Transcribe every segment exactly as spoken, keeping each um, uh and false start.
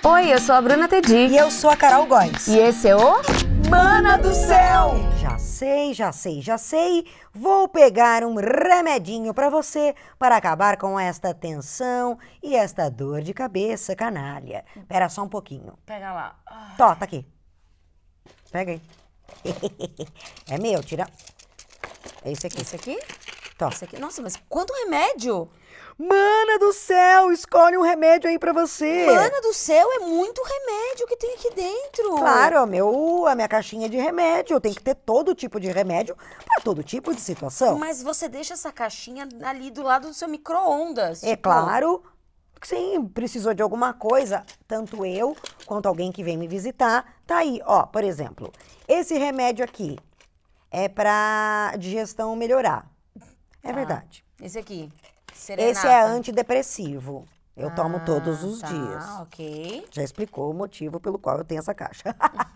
Oi, eu sou a Bruna Tedi. E eu sou a Carol Góes. E esse é o Mana do Céu! Já sei, já sei, já sei. Vou pegar um remedinho pra você para acabar com esta tensão e esta dor de cabeça, canalha. Pera só um pouquinho. Pega lá. Ah. Tó, tá aqui. Pega aí. É meu, tira. É esse aqui. Esse aqui? Tó. Esse aqui? Nossa, mas quanto remédio! Mana do Céu, escolhe um remédio aí pra você. Mana do Céu, é muito remédio que tem aqui dentro. Claro, o meu, a minha caixinha de remédio. Tem que ter todo tipo de remédio para todo tipo de situação. Mas você deixa essa caixinha ali do lado do seu micro-ondas. É tipo... claro que sim, precisou de alguma coisa, tanto eu quanto alguém que vem me visitar. Tá aí, ó, por exemplo, esse remédio aqui é pra digestão melhorar. É Ah, verdade. Esse aqui, Serenata. Esse é antidepressivo. Eu ah, tomo todos os tá, dias. ok. Já explicou o motivo pelo qual eu tenho essa caixa.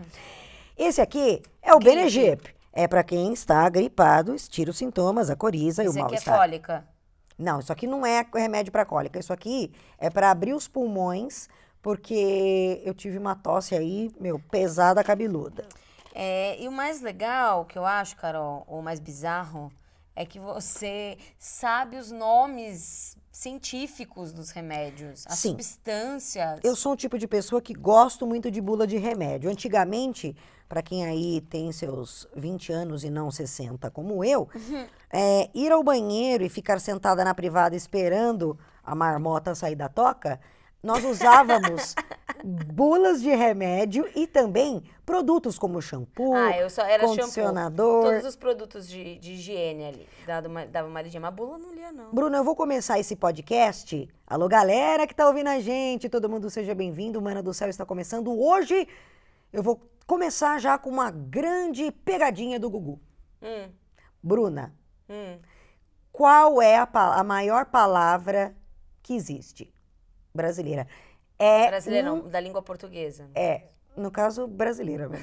Esse aqui é o Gripe. Benegip. É pra quem está gripado, estira os sintomas, a coriza e o Esse aqui é mal-estar. cólica. Não, isso aqui não é remédio para cólica. Isso aqui é para abrir os pulmões, porque eu tive uma tosse aí, meu, pesada, cabeluda. É, e o mais legal que eu acho, Carol, ou mais bizarro, é que você sabe os nomes científicos dos remédios, as Sim. substâncias. Eu sou um tipo de pessoa que gosto muito de bula de remédio. Antigamente, para quem aí tem seus vinte anos e não sessenta como eu, é, ir ao banheiro e ficar sentada na privada esperando a marmota sair da toca, nós usávamos bulas de remédio e também produtos como shampoo, Ah, eu só era condicionador. shampoo. Todos os produtos de, de higiene ali. Dava uma, dava uma lidinha. Mas bula não lia, não. Bruna, eu vou começar esse podcast. Alô, galera que tá ouvindo a gente. Todo mundo seja bem-vindo. O Mana do Céu está começando. Hoje eu vou começar já com uma grande pegadinha do Gugu. Hum, Bruna, hum. qual é a, pa- a maior palavra que existe? Brasileira. É Brasileiro, um- não, da língua portuguesa. É, no caso, brasileira mesmo.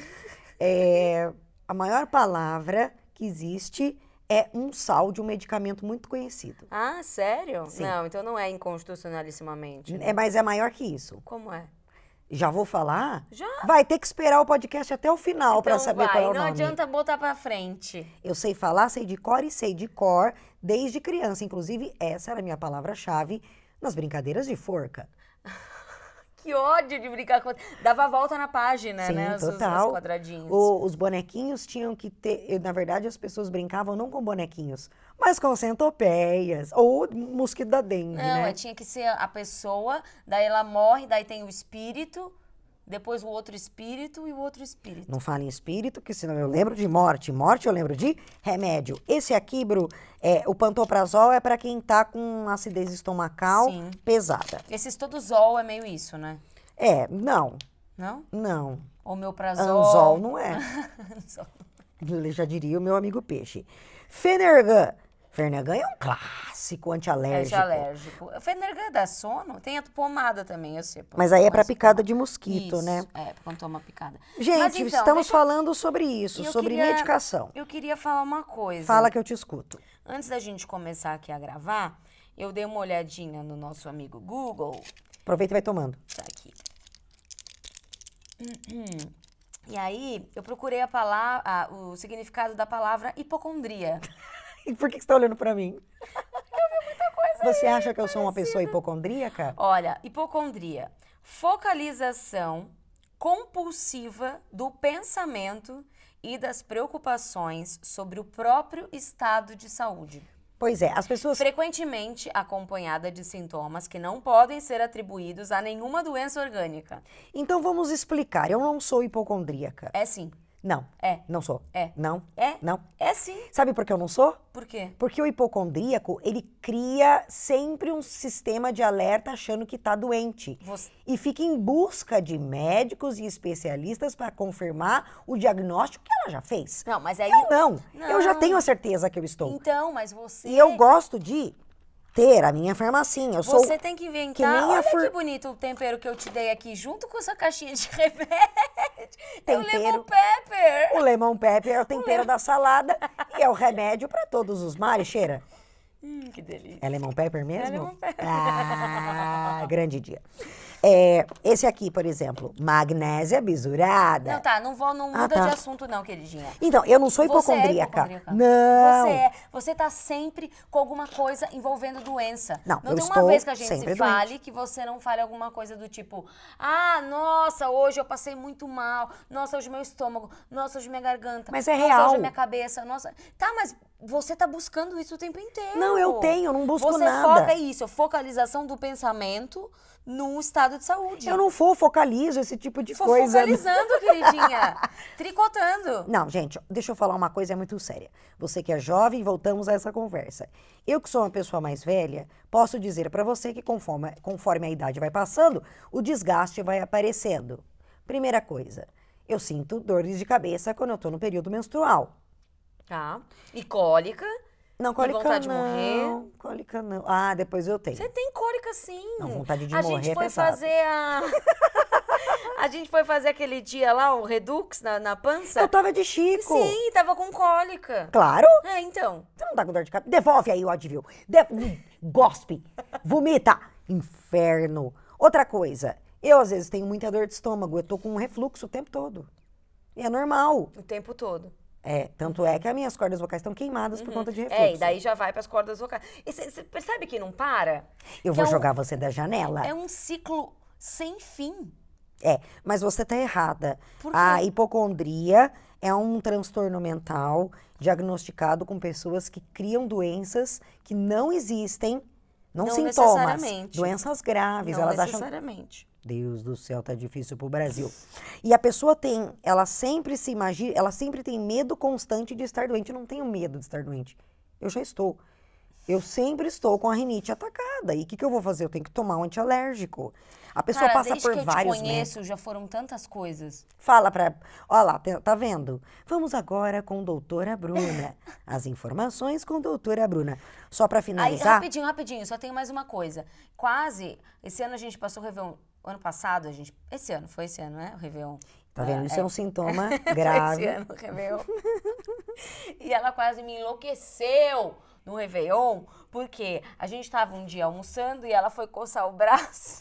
É, a maior palavra que existe é um sal de um medicamento muito conhecido. Ah, sério? Sim. Não, então não é inconstitucionalissimamente. né? É, mas é maior que isso. Como é? Já vou falar? Já? Vai ter que esperar o podcast até o final para Então saber vai, qual é o não nome. adianta botar pra frente. Eu sei falar, sei de cor e sei de cor desde criança. Inclusive, essa era a minha palavra-chave nas brincadeiras de forca. Que ódio de brincar com... Dava a volta na página, Sim, né? Os, os- total. os quadradinhos. O- os bonequinhos tinham que ter... eu, na verdade, as pessoas brincavam não com bonequinhos, mas com centopeias ou mosquito da dengue, Não, né? é, tinha que ser a pessoa, daí ela morre, daí tem o espírito, depois o outro espírito e o outro espírito. Não fala em espírito, que senão eu lembro de morte. Morte eu lembro de remédio. Esse aqui, Bru, é, o pantoprazol é para quem tá com acidez estomacal Sim. pesada. Esses toduzol é meio isso, né? É, não, Não? não. Omeprazol. Anzol não é. Anzol. Já diria o meu amigo peixe. Fenergan. Fenergan é um clássico É antialérgico. alérgico. Fenergan dá sono? Tem a pomada também, eu sei. Mas aí é para Mas picada pomada. de mosquito, Isso, né? é, quando toma picada. Gente, Mas então, estamos deixa eu- falando sobre isso, eu sobre queria- medicação. Eu queria falar uma coisa. Fala que eu te escuto. Antes da gente começar aqui a gravar, eu dei uma olhadinha no nosso amigo Google. Aproveita e vai tomando. Tá aqui. Uhum. E aí, eu procurei a palavra, o significado da palavra hipocondria. E por que que você tá olhando pra mim? Muita coisa Você aí acha que eu sou uma parecida. pessoa hipocondríaca? Olha, hipocondria, focalização compulsiva do pensamento e das preocupações sobre o próprio estado de saúde. Pois é, as pessoas... Frequentemente acompanhada de sintomas que não podem ser atribuídos a nenhuma doença orgânica. Então vamos explicar. Eu não sou hipocondríaca. É sim. Não. É. Não sou. É. Não. É? Não. É sim. Sabe por que eu não sou? Por quê? Porque o hipocondríaco, ele cria sempre um sistema de alerta achando que tá doente. Você... E fica em busca de médicos e especialistas para confirmar o diagnóstico que ela já fez. Não, mas aí... Eu não. Não. Eu já tenho a certeza que eu estou. Então, mas você... E eu gosto de ter a minha farmacinha. Eu sou Você tem que inventar... que nem a Olha fur- que bonito o tempero que eu te dei aqui, junto com essa caixinha de remédio. É o Tempero. lemon pepper. o lemon pepper, é o tempero da salada e é o remédio para todos os males. Cheira. Hum, que delícia. É lemon pepper mesmo? É lemon pepper. Ah, grande dia. É, esse aqui, por exemplo, magnésia bisurada. Não, tá, não vou, não Ah, muda tá. de assunto não, queridinha. Então, eu não sou Você é hipocondríaca. hipocondríaca. Não. Você é. Você tá sempre com alguma coisa envolvendo doença. Não, Não eu tem uma estou vez que a gente sempre se fale doente. que você não fale alguma coisa do tipo, ah, nossa, hoje eu passei muito mal. Nossa, hoje meu estômago. Nossa, hoje minha garganta. Mas é nossa, real. hoje minha cabeça. Nossa. Tá, mas você tá buscando isso o tempo inteiro. Não, eu tenho, eu não busco você nada. Você foca isso, focalização do pensamento num estado de saúde. Eu não for, focalizo esse tipo de Tô coisa. focalizando, queridinha. Tricotando. Não, gente, deixa eu falar uma coisa, é muito séria. Você que é jovem, voltamos a essa conversa. Eu que sou uma pessoa mais velha, posso dizer pra você que conforme, conforme a idade vai passando, o desgaste vai aparecendo. Primeira coisa, eu sinto dores de cabeça quando eu tô no período menstrual. Tá. E cólica? Não, cólica vontade não. de morrer? Cólica não. Ah, depois eu tenho. Você tem cólica sim. Não, vontade de a morrer gente é foi pesado. fazer a... a gente foi fazer aquele dia lá, o Redux na, na pança. Eu tava de Chico. Sim, tava com cólica. Claro. É, então. Você não tá com dor de cabeça? Devolve aí o Advil. De... Gospe. Vomita. Inferno. Outra coisa. Eu, às vezes, tenho muita dor de estômago. Eu tô com um refluxo o tempo todo. E é normal. O tempo todo. É, tanto é que as minhas cordas vocais estão queimadas por conta de refluxo. É, e daí já vai pras cordas vocais. E você percebe que não para? Eu Que vou é um- jogar você da janela. É um ciclo sem fim. É, mas você tá errada. Por quê? A hipocondria é um transtorno mental diagnosticado com pessoas que criam doenças que não existem, não, Não sintomas, necessariamente. doenças graves. Não Elas acham, necessariamente. Deus do céu, tá difícil pro Brasil. E a pessoa tem, ela sempre se imagina, ela sempre tem medo constante de estar doente. Eu não tenho medo de estar doente. Eu já estou. Eu sempre estou com a rinite atacada. E o que, que eu vou fazer? Eu tenho que tomar um antialérgico. A pessoa Cara, passa desde por que eu te vários médicos. conheço, já foram tantas coisas. Fala pra. Olha lá, tá tá vendo? Vamos agora com doutora Bruna. As informações com doutora Bruna. Só pra Aí, finalizar. rapidinho, rapidinho, só tenho mais uma coisa. Quase, esse ano a gente passou o Réveillon. Ano passado, a gente. Esse ano, foi esse ano, né? O Réveillon. Tá vendo? Isso é, um sintoma Foi grave. esse ano, o Réveillon. E ela quase me enlouqueceu no Réveillon, porque a gente tava um dia almoçando e ela foi coçar o braço.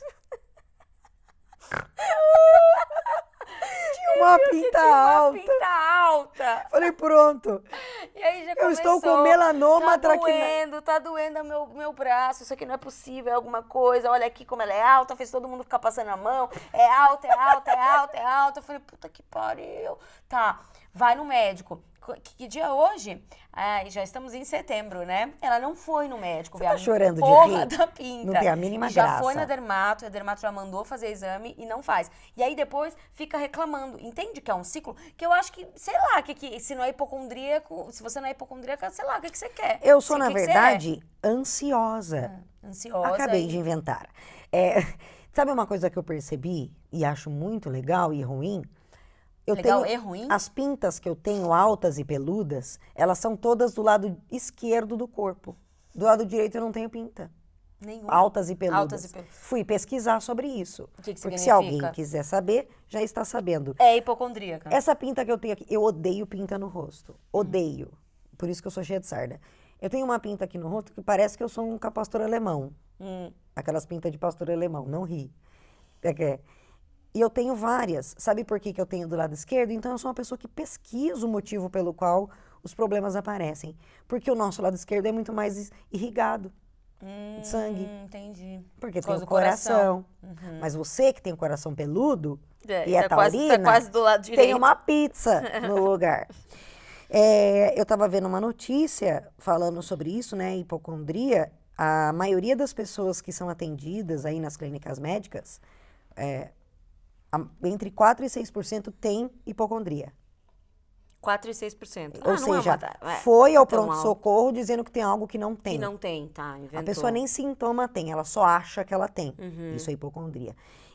Tinha uma pinta Tinha uma alta. pinta alta. Falei, pronto. E aí já Eu começou, estou com melanoma tá traquina- doendo, tá doendo o meu, meu braço, isso aqui não é possível, é alguma coisa, olha aqui como ela é alta, fez todo mundo ficar passando a mão, é alta, é alta, é alta, é alta. Eu falei, puta que pariu. Tá, vai no médico. Que, que dia é hoje? Ah, já estamos em setembro, né? Ela não foi no médico. Você ver tá a chorando de porra rir? da pinta. Não tem a mínima E já graça. foi na dermato, a dermato já mandou fazer exame e não faz. E aí depois fica reclamando. Entende que é um ciclo? Que eu acho que, sei lá, que, que se não é hipocondríaco, se você não é hipocondríaca, sei lá, o que, que você quer? Eu sou, Sei, na que que você verdade, ansiosa. é? Ansiosa. Acabei e- de inventar. É, sabe uma coisa que eu percebi e acho muito legal e ruim? Eu Legal tenho, e ruim? As pintas que eu tenho altas e peludas, elas são todas do lado esquerdo do corpo. Do lado direito eu não tenho pinta. Nenhum. Altas e peludas. Altas e peludas. Fui pesquisar sobre isso. O que que Porque se significa? alguém quiser saber, já está sabendo. É hipocondríaca. Essa pinta que eu tenho aqui, eu odeio pinta no rosto. Odeio. Por isso que eu sou cheia de sarda. Eu tenho uma pinta aqui no rosto que parece que eu sou um pastor alemão. Hum. Aquelas pintas de pastor alemão, não ri. É que é. E eu tenho várias. Sabe por que, que eu tenho do lado esquerdo? Então eu sou uma pessoa que pesquisa o motivo pelo qual os problemas aparecem. Porque o nosso lado esquerdo é muito mais irrigado Hum, de sangue. Entendi. Porque Por tem causa o do coração. coração. Mas você que tem o coração peludo É, e é tá quase- taurina, tá quase do lado tem direito. uma pizza no lugar. É, eu estava vendo uma notícia falando sobre isso, né? Hipocondria. A maioria das pessoas que são atendidas aí nas clínicas médicas, é, a- entre quatro e seis por cento tem hipocondria. quatro e seis por cento. Ou ah, não é seja, uma ta- é, foi ao tão alto. pronto-socorro dizendo que tem algo que não tem. Que não tem, tá? Inventou. A pessoa nem sintoma tem, ela só acha que ela tem. Uhum. Isso é hipocondria.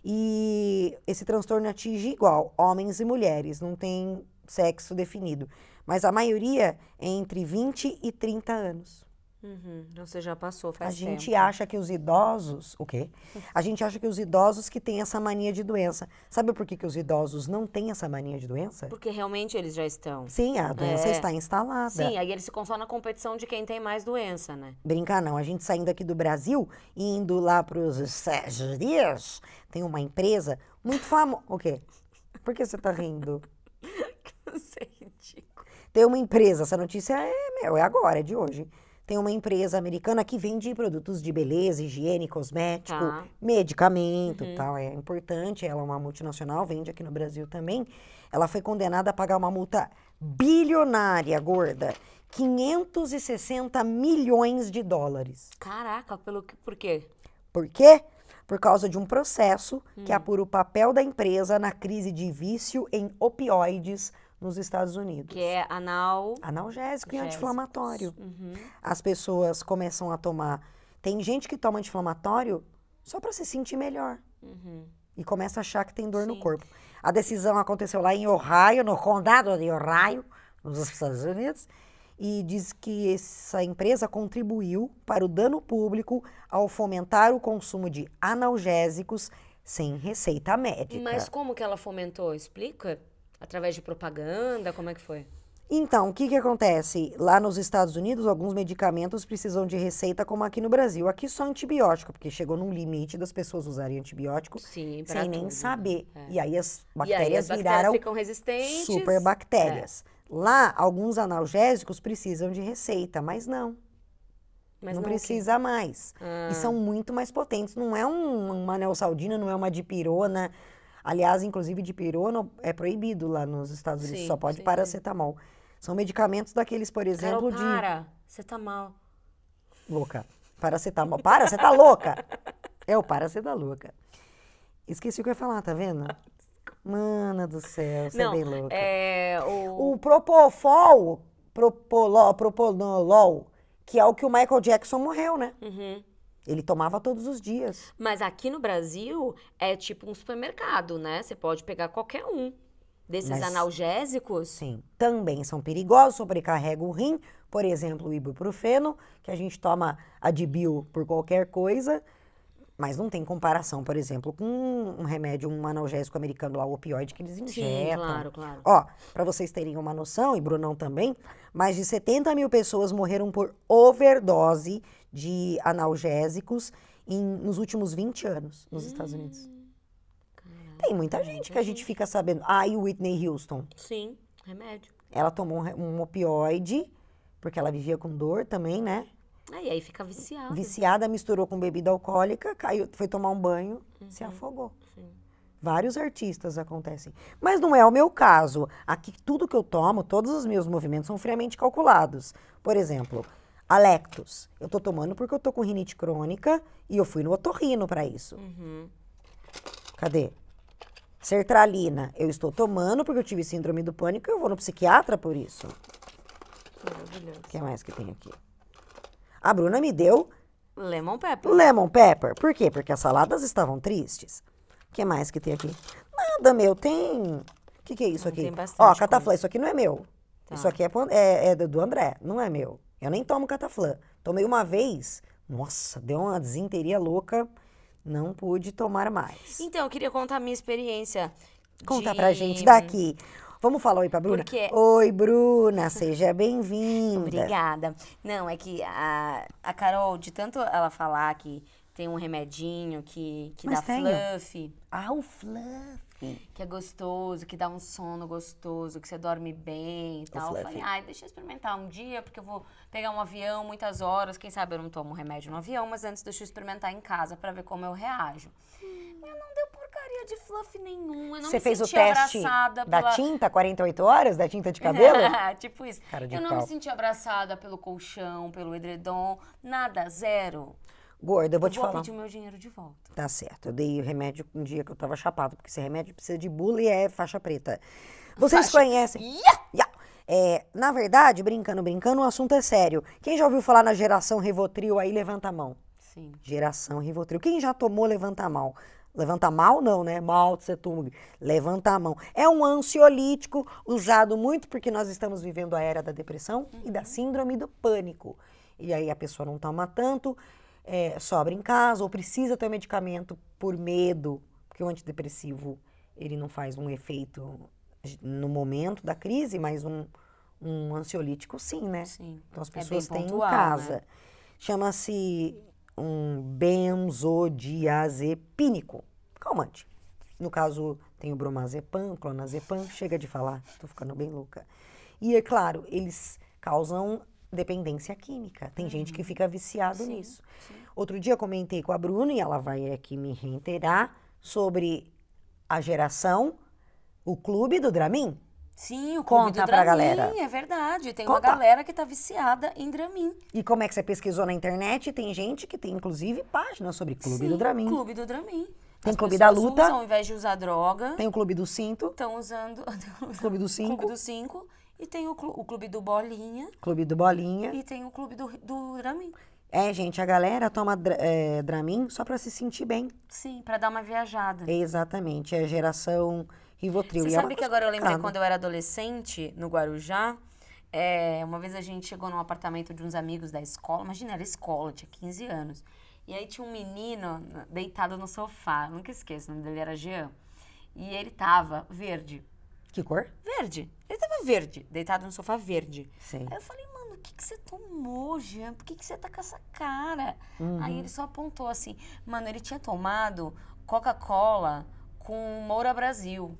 E esse transtorno atinge igual homens e mulheres, não tem sexo definido. Mas a maioria é entre vinte e trinta anos. Uhum. Então você já passou faz A gente tempo. acha que os idosos... O quê? A gente acha que os idosos que têm essa mania de doença. Sabe por que, que os idosos não têm essa mania de doença? Porque realmente eles já estão. Sim, a doença É. está instalada. Sim, aí eles ficam só na competição de quem tem mais doença, né? Brincar não, a gente saindo aqui do Brasil e indo lá para os Estados Unidos, tem uma empresa muito famosa... O quê? Por que você tá rindo? Não sei, ridículo. Tem uma empresa, essa notícia é, meu, é agora, é de hoje. Tem uma empresa americana que vende produtos de beleza, higiene, cosmético, Tá. medicamento e tal. É importante, ela é uma multinacional, vende aqui no Brasil também. Ela foi condenada a pagar uma multa bilionária, gorda. quinhentos e sessenta milhões de dólares. Caraca, pelo que, por quê? Por quê? Por causa de um processo que apura o papel da empresa na crise de vício em opioides nos Estados Unidos. Que é anal... Analgésico e Gésicos. anti-inflamatório. Uhum. As pessoas começam a tomar. Tem gente que toma anti-inflamatório só para se sentir melhor. Uhum. E começa a achar que tem dor no Sim. corpo. A decisão aconteceu lá em Ohio, no condado de Ohio, nos Estados Unidos. E diz que essa empresa contribuiu para o dano público ao fomentar o consumo de analgésicos sem receita médica. Mas como que ela fomentou? Explica? Através de propaganda? Como é que foi? Então, o que que acontece? Lá nos Estados Unidos, alguns medicamentos precisam de receita, como aqui no Brasil. Aqui só antibiótico, porque chegou num limite das pessoas usarem antibiótico Sim, pra sem nem tudo, saber. né? É. E aí as E aí bactérias as bactérias viraram ficam resistentes. super bactérias. Lá, alguns analgésicos precisam de receita, mas não. Mas não não o quê? precisa mais. Ah. E são muito mais potentes. Não é um, uma neosaldina, não é uma dipirona. Aliás, inclusive, dipirona é proibido lá nos Estados Unidos. Sim, Só pode sim, paracetamol. São medicamentos daqueles, por exemplo, Carol, de... para. Você tá mal. Louca. Paracetamol. Para, você tá louca. É o para, você tá louca. Esqueci o que eu ia falar, tá vendo? Mana do céu, você é Não, bem louca. é... O... O Propofol, Propolol, Proponolol, que é o que o Michael Jackson morreu, né? Uhum. Ele tomava todos os dias. Mas aqui no Brasil é tipo um supermercado, né? Você pode pegar qualquer um desses Mas- analgésicos. Sim, também são perigosos, sobrecarregam o rim, por exemplo, o ibuprofeno, que a gente toma Advil por qualquer coisa, mas não tem comparação, por exemplo, com um remédio, um analgésico americano lá, o opioide, que eles Sim, injetam. claro, claro. Ó, pra vocês terem uma noção, e Brunão também, mais de setenta mil pessoas morreram por overdose de analgésicos em- nos últimos vinte anos nos Estados Unidos. Tem muita gente que a gente fica sabendo. Ah, e Whitney Houston. Sim, remédio. Ela tomou um, re- um opioide, porque ela vivia com dor também, né? Aí, aí fica viciado. Viciada, misturou com bebida alcoólica, caiu, foi tomar um banho, se afogou. Sim. Vários artistas acontecem. Mas não é o meu caso. Aqui, tudo que eu tomo, todos os meus movimentos são friamente calculados. Por exemplo, Alectos. Eu tô tomando porque eu tô com rinite crônica e eu fui no otorrino pra isso. Uhum. Cadê? Sertralina. Eu estou tomando porque eu tive síndrome do pânico e eu vou no psiquiatra por isso. Maravilhoso. O que mais que tem aqui? A Bruna me deu Lemon pepper. lemon pepper. Por quê? Porque as saladas estavam tristes. O que mais que tem aqui? Nada, meu. Tem... O que, que é isso Não, aqui? tem bastante Ó, cataflã. coisa. Isso aqui não é meu. Tá. Isso aqui é, pan- é, é do do André. Não é meu. Eu nem tomo cataflã. Tomei uma vez. Nossa, deu uma desinteria louca. Não pude tomar mais. Então, eu queria contar a minha experiência. Conta de- pra gente daqui. Vamos falar oi pra Bruna? Porque- Oi, Bruna. Seja bem-vinda. Obrigada. Não, é que a, a Carol, de tanto ela falar que tem um remedinho que, que Mas dá tenho. fluff, Ah, o Fluffy. que é gostoso, que dá um sono gostoso, que você dorme bem e tal. Eu fluffy. falei, ai, deixa eu experimentar um dia, porque eu vou pegar um avião muitas horas. Quem sabe eu não tomo remédio no avião, mas antes deixa eu experimentar em casa pra ver como eu reajo. Eu não deu porcaria de fluff nenhum. Eu não Você me fez o senti teste abraçada da pela... tinta, quarenta e oito horas, da tinta de cabelo? tipo isso. Cara de eu não pau. me senti abraçada pelo colchão, pelo edredom, nada, zero. Gorda, eu vou eu te vou falar. pedir o meu dinheiro de volta. Tá certo, eu dei o remédio um dia que eu tava chapado, porque esse remédio precisa de bula e é faixa preta. Vocês Faixa- conhecem? Ya! É, na verdade, brincando, brincando, o assunto é sério. Quem já ouviu falar na geração Rivotril aí, levanta a mão. Sim. Geração Rivotril. Quem já tomou, levanta a mão. Levanta mal não, né? Mal de Tung. Levanta a mão. É um ansiolítico usado muito porque nós estamos vivendo a era da depressão e da síndrome do pânico. e aí a pessoa não toma tanto, é, sobra em casa, ou precisa ter o medicamento por medo, porque o antidepressivo, ele não faz um efeito no momento da crise, mas um, um ansiolítico sim, né? Sim. Então as É bem pessoas têm pontual, em casa. né? Chama-se um benzodiazepínico, calmante. No caso, tem o bromazepam, clonazepam, chega de falar, tô ficando bem louca. E é claro, eles causam dependência química. Tem uhum. gente que fica viciado sim, nisso. Sim. Outro dia eu comentei com a Bruna, e ela vai aqui me reiterar, sobre a geração, o Clube do Dramin. Sim, o Clube Conta do pra Dramin, galera. É verdade. Tem Conta. uma galera que tá viciada em Dramin. E como é que você pesquisou na internet? Tem gente que tem, inclusive, páginas sobre Clube Sim, do Dramin. Clube do Dramin. Tem As Clube da Luta. Usam, ao invés de usar droga. Tem o Clube do Cinto. Estão usando... Clube do Cinco. Clube do Cinco. E tem o, clu, o Clube do Bolinha. Clube do Bolinha. E tem o Clube do, do Dramin. É, gente, a galera toma é, Dramin só pra se sentir bem. Sim, pra dar uma viajada. Exatamente, é a geração Rivotril. Você e sabe é que agora eu lembrei complicado. quando eu era adolescente, no Guarujá, é, uma vez a gente chegou num apartamento de uns amigos da escola, imagina, era escola, tinha quinze anos. E aí tinha um menino deitado no sofá, nunca esqueço, o nome dele era Jean. E ele tava verde. Que cor? Verde. Ele tava verde, deitado no sofá verde. Sim. Aí eu falei, mano, o que, que você tomou, Jean? Por que, que você tá com essa cara? Uhum. Aí ele só apontou assim, mano, ele tinha tomado Coca-Cola com Moura Brasil.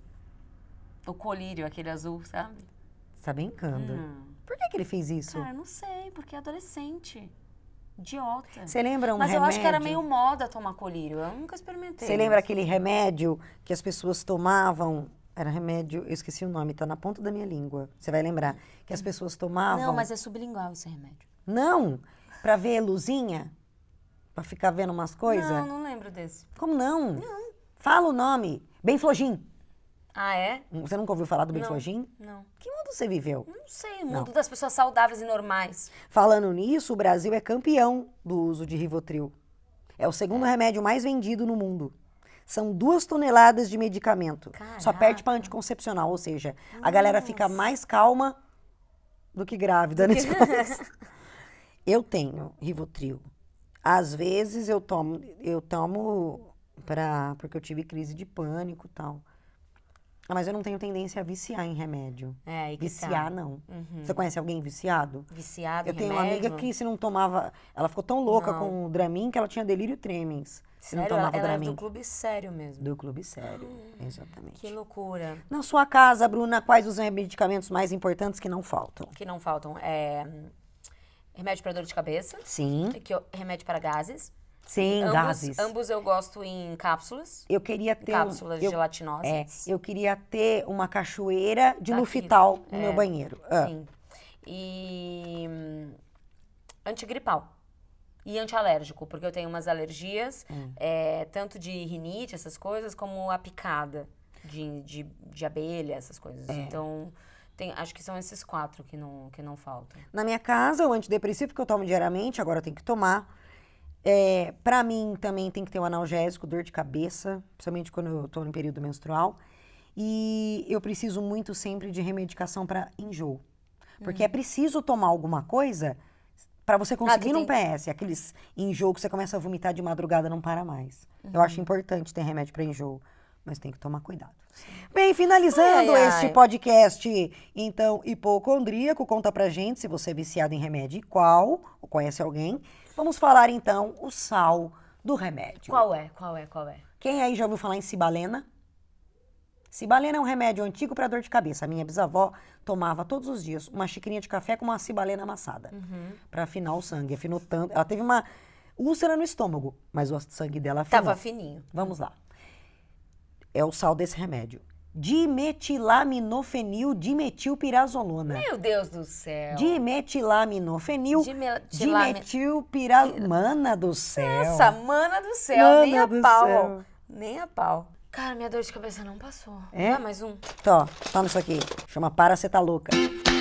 O colírio, aquele azul, sabe? Você tá brincando. Hum. Por que, que ele fez isso? Cara, não sei, porque é adolescente. Idiota. Você lembra um Mas remédio? eu acho que era meio moda tomar colírio. Eu nunca experimentei. Você lembra aquele remédio que as pessoas tomavam? Era remédio, eu esqueci o nome, tá na ponta da minha língua. Você vai lembrar. Que as pessoas tomavam... Não, mas é sublingual esse remédio. Não! Pra ver luzinha? Pra ficar vendo umas coisas? Não, não lembro desse. Como não? Não. Fala o nome. Benflogin. Ah, é? Você nunca ouviu falar do Não. Benflogin? Não. Que mundo você viveu? Não sei, o mundo Não. das pessoas saudáveis e normais. Falando nisso, o Brasil é campeão do uso de Rivotril. É o segundo remédio mais vendido no mundo. São duas toneladas de medicamento. Caraca. Só perde para anticoncepcional, ou seja, a galera fica mais calma do que grávida nesse país. Eu tenho Rivotril. Às vezes eu tomo, eu tomo pra, porque eu tive crise de pânico e tal. Mas eu não tenho tendência a viciar em remédio. É, aí que Viciar, tá. não. Uhum. Você conhece alguém viciado? Viciado Eu em tenho uma remédio? amiga que se não tomava... Ela ficou tão louca Não. com o Dramin que ela tinha delírio tremens. Se não Sério? Ela, tomava ela é Dramin. do clube sério mesmo. Do clube sério, exatamente. Que loucura. Na sua casa, Bruna, quais os medicamentos mais importantes que não faltam? Que não faltam. É, remédio para dor de cabeça. Sim, Que eu- remédio para gases. sim, ambos, gases. Ambos eu gosto em cápsulas. Eu queria ter... um- cápsulas eu, gelatinosas. é, eu queria ter uma cachoeira de Daquilo, Lufital no é, meu banheiro. Ah, Sim. E hum, antigripal. E antialérgico, porque eu tenho umas alergias, Hum. é, tanto de rinite, essas coisas, como a picada de, de, de abelha, essas coisas. É. Então, tem, acho que são esses quatro que não, que não faltam. Na minha casa, o antidepressivo que eu tomo diariamente, agora eu tenho que tomar. É, pra mim, também tem que ter um analgésico, dor de cabeça, principalmente quando eu tô no período menstrual. E eu preciso muito sempre de remedicação para enjoo. Porque é preciso tomar alguma coisa para você conseguir que num tem- P S. Aqueles enjoo que você começa a vomitar de madrugada não para mais. Eu acho importante ter remédio para enjoo, mas tem que tomar cuidado. Bem, finalizando Ai, ai, este ai. podcast, então, hipocondríaco, conta pra gente se você é viciado em remédio e qual, ou conhece alguém. Vamos falar, então, o sal do remédio. Qual é? Qual é? Qual é? Quem aí já ouviu falar em cibalena? Cibalena é um remédio antigo para dor de cabeça. A minha bisavó tomava todos os dias uma xicrinha de café com uma cibalena amassada Uhum. para afinar o sangue. Afinou tanto. Ela teve uma úlcera no estômago, mas o sangue dela afinou. Tava fininho. Vamos lá. É o sal desse remédio. Dimetilaminofenil dimetilpirazolona. Meu Deus do céu. Dimetilaminofenil Dimetilami- dimetilpirazolona. Mana do céu. Nossa, mana do céu. Mana nem a do pau. céu. Nem a pau. Cara, minha dor de cabeça não passou. É? Dá mais um. Tó, toma isso aqui. Chama paracetalouca.